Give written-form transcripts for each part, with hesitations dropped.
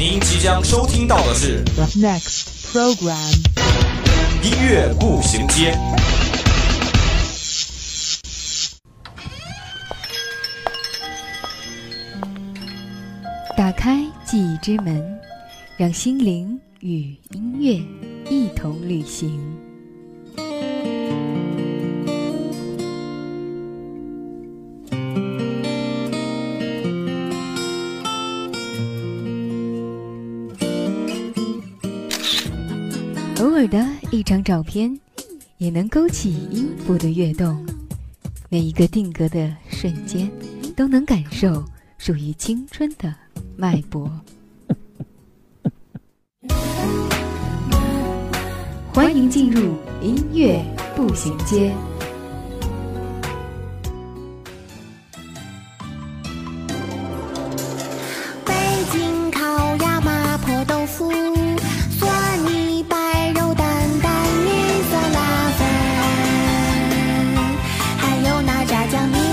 您即将收听到的是 The next program 音乐步行街。 打开记忆之门，让心灵与音乐一同旅行。偶尔的一张照片，也能勾起音符的跃动。每一个定格的瞬间，都能感受属于青春的脉搏。欢迎进入音乐步行街。 北京烤鸭、麻婆豆腐、蒜泥白肉担担面、酸辣粉，还有那炸酱面。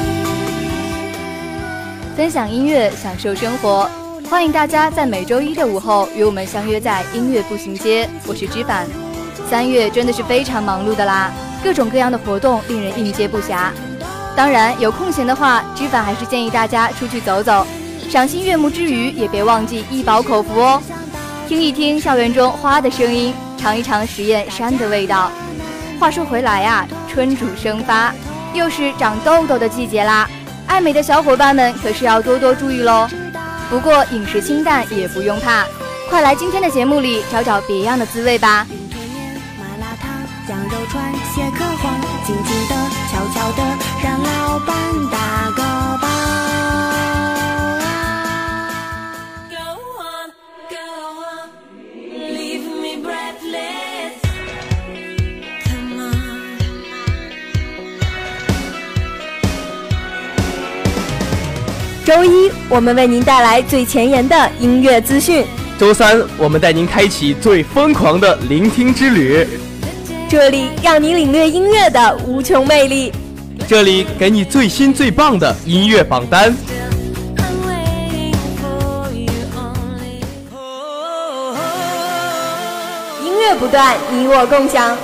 分享音乐，享受生活，欢迎大家在每周一的午后与我们相约在音乐步行街。我是知凡。3月真的是非常忙碌的啦，各种各样的活动令人应接不暇。当然有空闲的话，知凡还是建议大家出去走走，赏心悦目之余也别忘记一饱口福哦。听一听校园中花的声音，尝一尝实验山的味道。话说回来呀，春主生发，又是长痘痘的季节啦，爱美的小伙伴们可是要多多注意咯。不过饮食清淡也不用怕，快来今天的节目里找找别样的滋味吧。 羊肉串、蟹壳黄，静静的、悄悄的，让老板打个包。 周一，我们为您带来最前沿的音乐资讯； 周三，我们带您开启最疯狂的聆听之旅。 这里让你领略音乐的无穷魅力， 这里给你最新最棒的音乐榜单。 音乐不断，你我共享。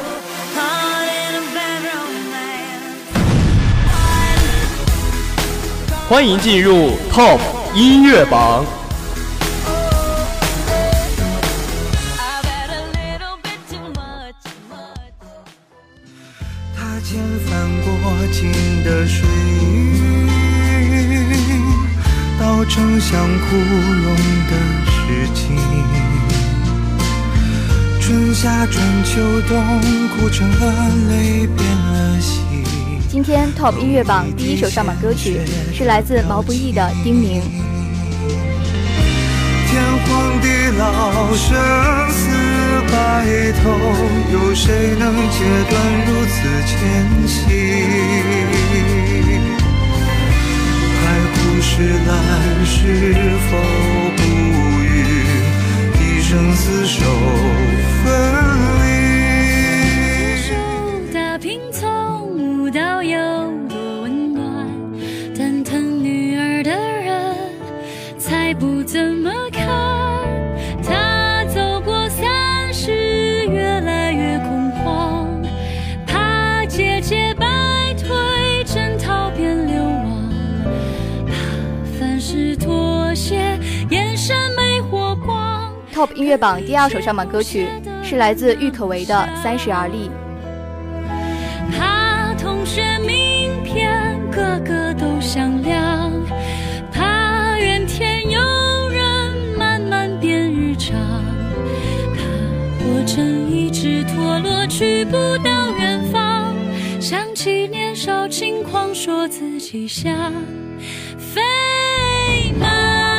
欢迎进入 Top 音乐榜。 前翻过境的水域，稻城像枯荣的诗经，春夏春秋冬，哭成了泪，变了心。 今天 Top 音乐榜第一首上榜歌曲是来自毛不易的《叮咛》。 天荒地老，生死白头，有谁能截断如此牵系？海枯石烂，是否不语一生厮守分离？ 手打拼从无到有多温暖，但疼女儿的人才不怎么看。他走过30，越来越恐慌，怕节节败退，征讨变流亡，怕凡事妥协，眼神没火光。 Top 音乐榜第二首上榜歌曲是来自郁可唯的《30而立》。 怕同学名片个个都响亮，怕怨天尤人慢慢变日常，怕活成一只陀螺去不到远方，想起年少轻狂，说自己像飞马。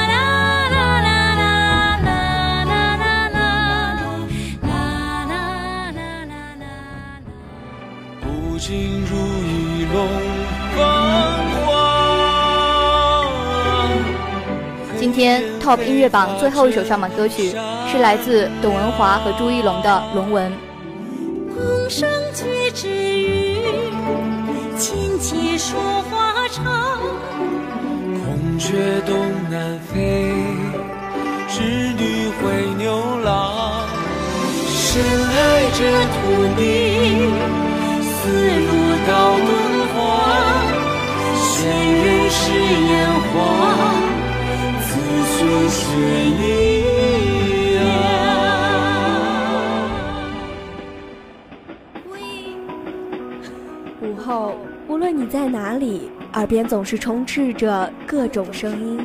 进入一笼繁华。 今天 Top 音乐榜最后一首上榜歌曲是来自董文华和朱一龙的《龙纹》。 空生绝之语，千结说话长。 孔雀东南飞，织女回深爱着土地，丝如刀敦煌，谁人是炎黄，子孙血一样。 午后，无论你在哪里，耳边总是充斥着各种声音。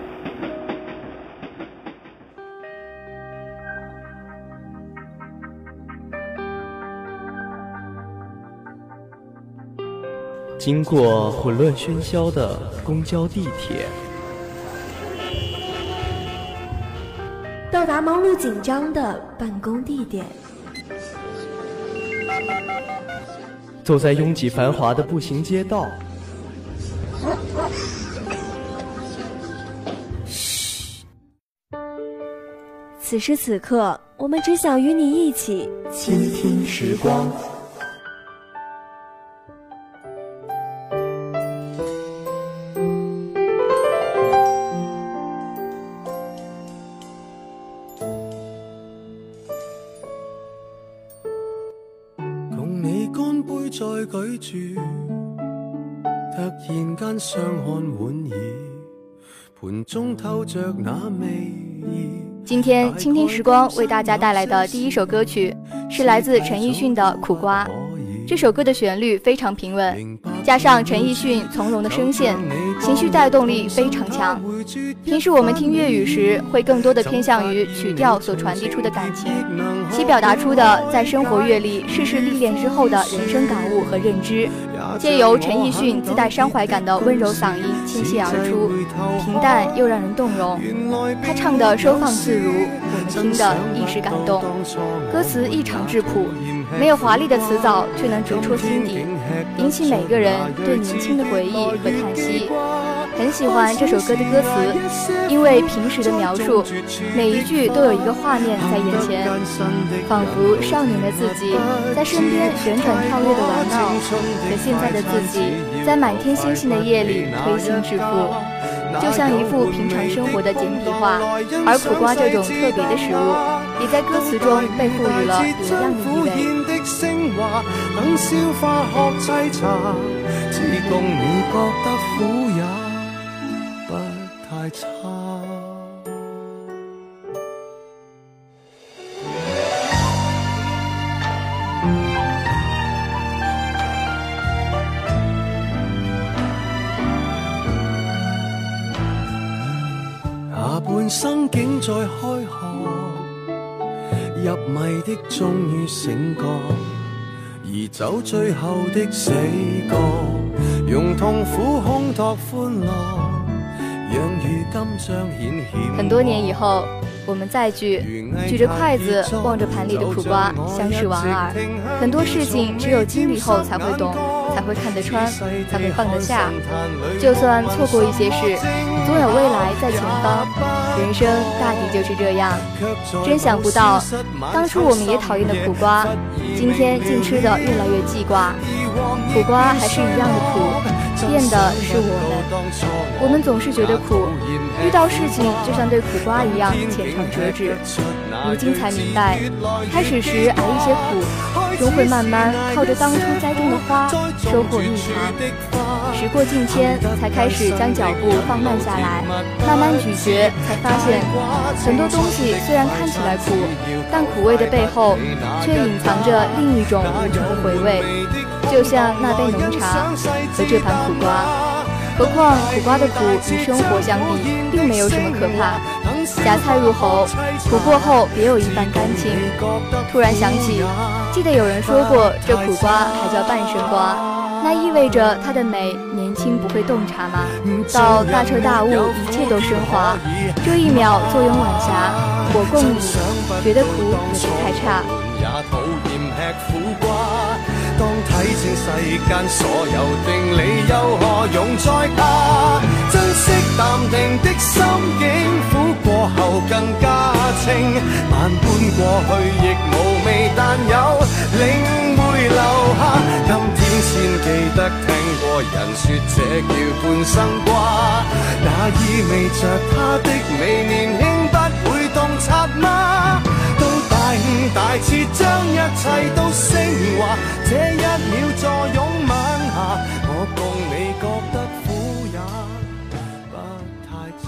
经过混乱喧嚣的公交地铁， 到达忙碌紧张的办公地点， 走在拥挤繁华的步行街道， 此时此刻，我们只想与你一起倾听时光。 再舉住，突然間相看莞爾，盤中透着那味意。 今天倾听时光为大家带来的第一首歌曲是来自陈奕迅的《苦瓜》。这首歌的旋律非常平稳，加上陈奕迅从容的声线，情绪带动力非常强。平时我们听粤语时，会更多的偏向于曲调所传递出的感情，其表达出的在生活阅历、世事历练之后的人生感悟和认知，借由陈奕迅自带伤怀感的温柔嗓音倾泻而出，平淡又让人动容。他唱的收放自如，我们听得一时感动。歌词异常质朴，没有华丽的词藻，却能直戳心底，引起每个人对年轻的回忆和叹息。很喜欢这首歌的歌词，因为平时的描述，每一句都有一个画面在眼前，仿佛少年的自己在身边旋转跳跃的玩闹，和现在的自己在满天星星的夜里推心置腹，就像一幅平常生活的简笔画。而苦瓜这种特别的食物，也在歌词中被赋予了别样的意味。 等消化學沏茶，只供你覺得苦也不太差。下半生竟在開學，入迷的終於醒覺，而走最後的死角，用痛苦烘托歡樂，讓如今彰顯險。 很多年以後，我們再聚，舉着筷子望着盤裡的苦瓜，相視莞爾。很多事情只有經歷後才會懂，才會看得穿，才會放得下。就算錯過一些事，總有未來在前方。人生大抵就是這樣。真想不到，當初我們也討厭的苦瓜，今天竟吃得越來越記掛。苦瓜還是一樣的苦，變的是我們。我們總是覺得苦，遇到事情就像對苦瓜一樣淺嘗輒止。如今才明白，開始時挨一些苦，終會慢慢靠着當初栽種的花收穫蜜糖。時過境遷，才開始將腳步放慢下來，慢慢咀嚼，才發現很多東西雖然看起來苦，但苦味的背後卻隱藏着另一種無窮的回味，就像那杯濃茶和這盤苦瓜。何況苦瓜的苦與生活相比，並沒有什麼可怕。夾菜入喉，苦過後別有一番甘情。突然想起，記得有人說過，這苦瓜還叫半生瓜，那意味着它的美，年輕不會洞察嗎？到大徹大悟，一切都升華。這一秒坐擁晚霞，我共你，覺得苦也不太差。 當睇清世間所有定理，又何用再怕？珍惜淡定的心境，苦過後更加清。萬般過去亦無味，但有領會留下。今天先記得聽過人說，這叫半生瓜，那意味着他的美年輕不會洞察嗎？到大悟大太遲將一切都升華，這一秒坐擁晚霞，我共你覺得苦也不太差。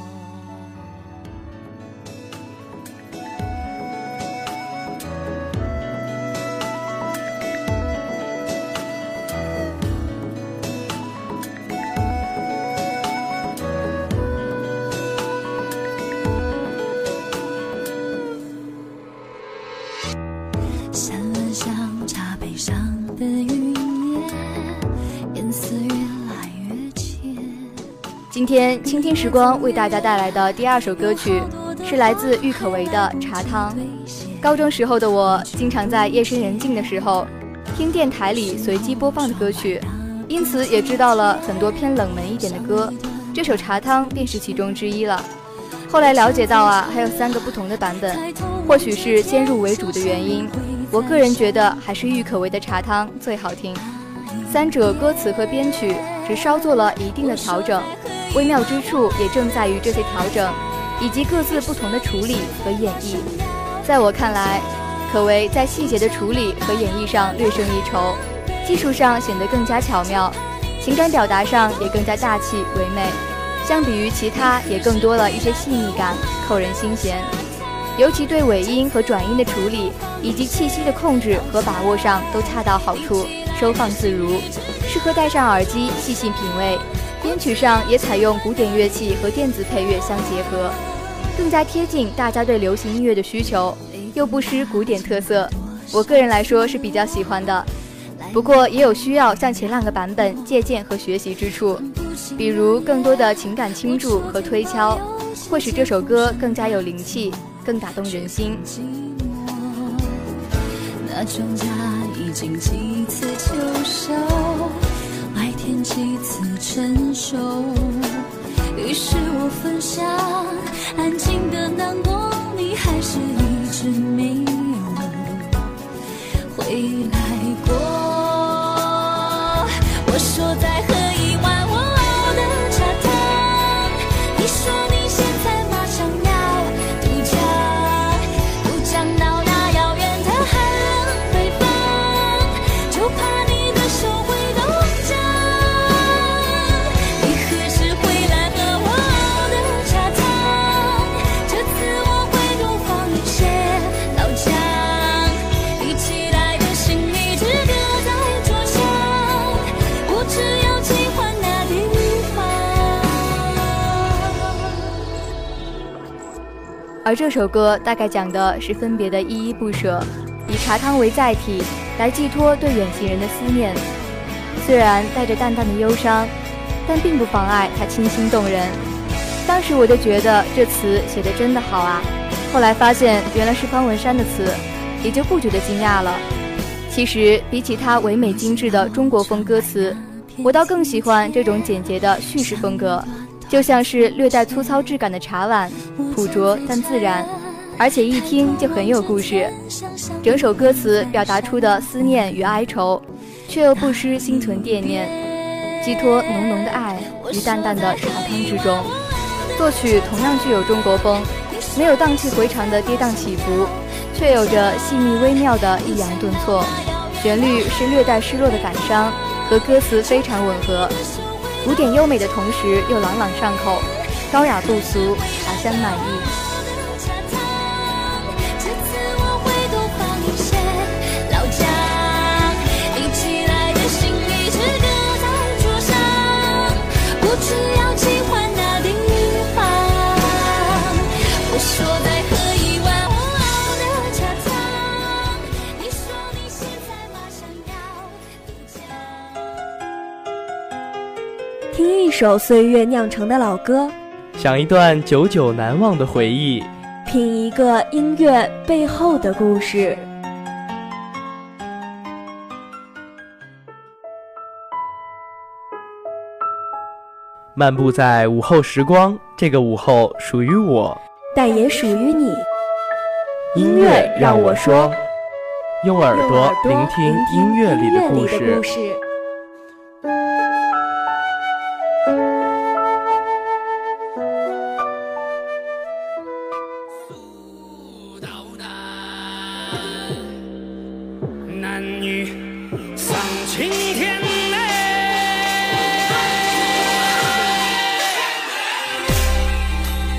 今天倾听时光为大家带来的第二首歌曲是来自郁可唯的《茶汤》。高中时候的我经常在夜深人静的时候听电台里随机播放的歌曲，因此也知道了很多偏冷门一点的歌，这首《茶汤》便是其中之一了。后来了解到还有3个不同的版本，或许是先入为主的原因，我个人觉得还是郁可唯的《茶汤》最好听。3者歌词和编曲只稍做了一定的调整，微妙之处也正在于这些调整以及各自不同的处理和演绎。在我看来，可唯在细节的处理和演绎上略胜一筹，技术上显得更加巧妙，情感表达上也更加大气唯美，相比于其他也更多了一些细腻感，扣人心弦。尤其对尾音和转音的处理以及气息的控制和把握上都恰到好处，收放自如，适合戴上耳机细细品味。编曲上也采用古典乐器和电子配乐相结合，更加贴近大家对流行音乐的需求，又不失古典特色。我个人来说是比较喜欢的，不过也有需要向前2个版本借鉴和学习之处，比如更多的情感倾注和推敲，会使这首歌更加有灵气，更打动人心。 那庄稼已经几次秋收，麦田几次成熟，于是我分享安静的难过，你还是一直没有回来过。我说再喝一碗我熬的茶汤，你说你现在马上要渡江到那遥远的寒冷北方，就怕你的手会冻僵。你何时回来喝我熬的茶汤？这次我会多放一些老姜，一起来的心一直搁在桌上，不知要寄还哪地方。 而这首歌大概讲的是分别的依依不舍，以茶汤为载体来寄托对远行人的思念，虽然带着淡淡的忧伤，但并不妨碍它清新动人。当时我就觉得这词写得真的好啊，后来发现原来是方文山的词，也就不觉得惊讶了。其实比起它唯美精致的中国风歌词，我倒更喜欢这种简洁的叙事风格，就像是略带粗糙质感的茶碗，朴拙但自然，而且一听就很有故事。整首歌词表达出的思念与哀愁，却又不失心存惦念，寄托浓浓的爱于淡淡的茶汤之中。作曲同样具有中国风，没有荡气回肠的跌宕起伏，却有着细腻微妙的抑扬顿挫，旋律是略带失落的感伤，和歌词非常吻合，古典优美的同时又朗朗上口，高雅不俗，茶香满溢。 听一首岁月酿成的老歌， 想一段久久难忘的回忆， 品一个音乐背后的故事。 漫步在午后时光，这个午后属于我， 但也属于你。 音乐让我说，用耳朵聆听音乐里的故事。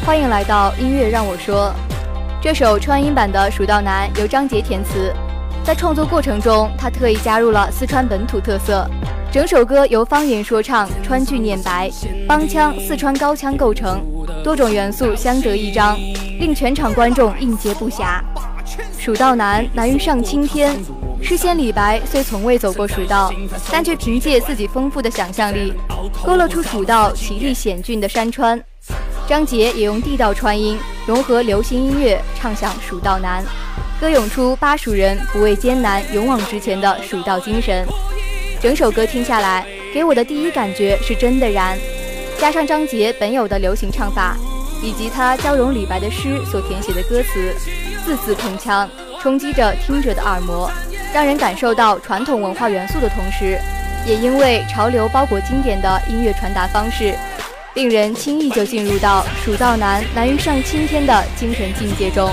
欢迎来到音乐让我说。这首川音版的《蜀道难》由张杰填词，在创作过程中，他特意加入了四川本土特色，整首歌由方言说唱、川剧念白、帮腔、四川高腔构成，多种元素相得益彰，令全场观众应接不暇。蜀道难，难于上青天。诗仙李白虽从未走过蜀道，但却凭借自己丰富的想象力，勾勒出蜀道奇丽险峻的山川。张杰也用地道川音融合流行音乐，唱响蜀道难，歌咏出巴蜀人不畏艰难、勇往直前的蜀道精神。整首歌听下来，给我的第一感觉是真的燃，加上张杰本有的流行唱法，以及他交融李白的诗所填写的歌词，字字铿锵，冲击着听者的耳膜，让人感受到传统文化元素的同时，也因为潮流包裹经典的音乐传达方式，令人轻易就进入到蜀道难，难于上青天的精神境界中。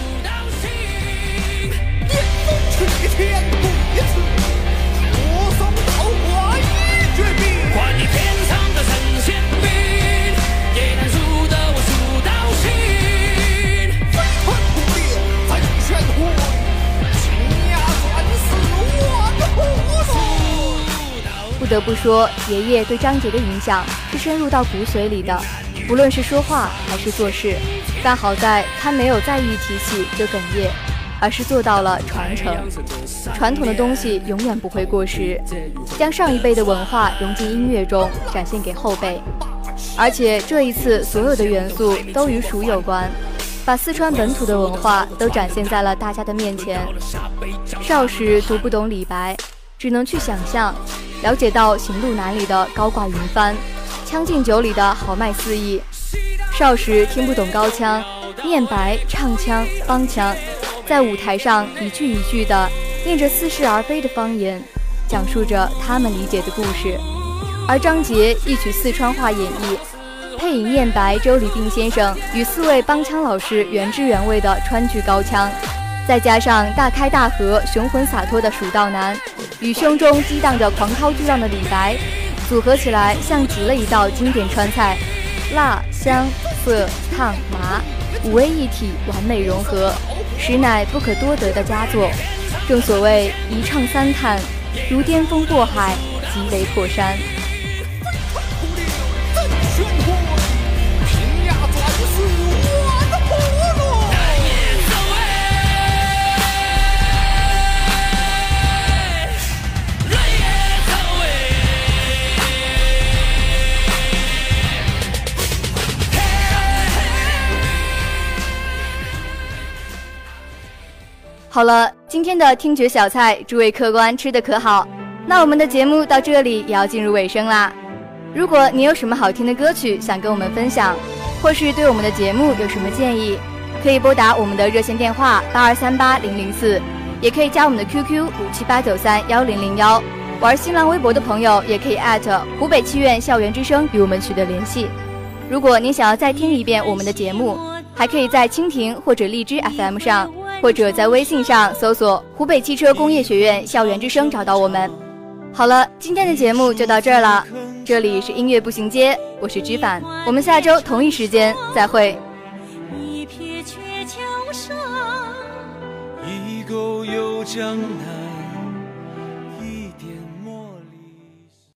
不得不说，爷爷对张杰的影响是深入到骨髓里的，无论是说话还是做事，但好在他没有再一提起就哽咽，而是做到了传承。传统的东西永远不会过时，将上一辈的文化融进音乐中，展现给后辈。而且这一次所有的元素都与蜀有关，把四川本土的文化都展现在了大家的面前。少时读不懂李白，只能去想象，了解到行路难里的高挂云帆，将进酒里的豪迈肆意。少时听不懂高腔、念白、唱腔、帮腔，在舞台上一句一句的念着似是而非的方言，讲述着他们理解的故事。而张杰一曲四川话演绎，配以念白周礼弼先生与4位帮腔老师原汁原味的川剧高腔，再加上大开大合、雄浑洒脱的蜀道难，与胸中激荡着狂涛巨浪的李白，组合起来像极了一道经典川菜，辣、香、色、烫、麻五味一体，完美融合，实乃不可多得的佳作。正所谓一唱三叹，如巅峰过海，急雷破山。好了，今天的听觉小菜，诸位客官吃得可好？那我们的节目到这里也要进入尾声啦。如果你有什么好听的歌曲想跟我们分享，或是对我们的节目有什么建议，可以拨打我们的热线电话82380004，也可以加我们的 QQ578931001。玩新浪微博的朋友也可以湖北七院校园之声与我们取得联系。如果您想要再听一遍我们的节目，还可以在蜻蜓或者荔枝 FM 上，或者在微信上搜索湖北汽车工业学院校园之声找到我们。好了，今天的节目就到这儿了，这里是音乐步行街，我是知凡，我们下周同一时间再会。 一瞥鹊桥上，一钩游江南。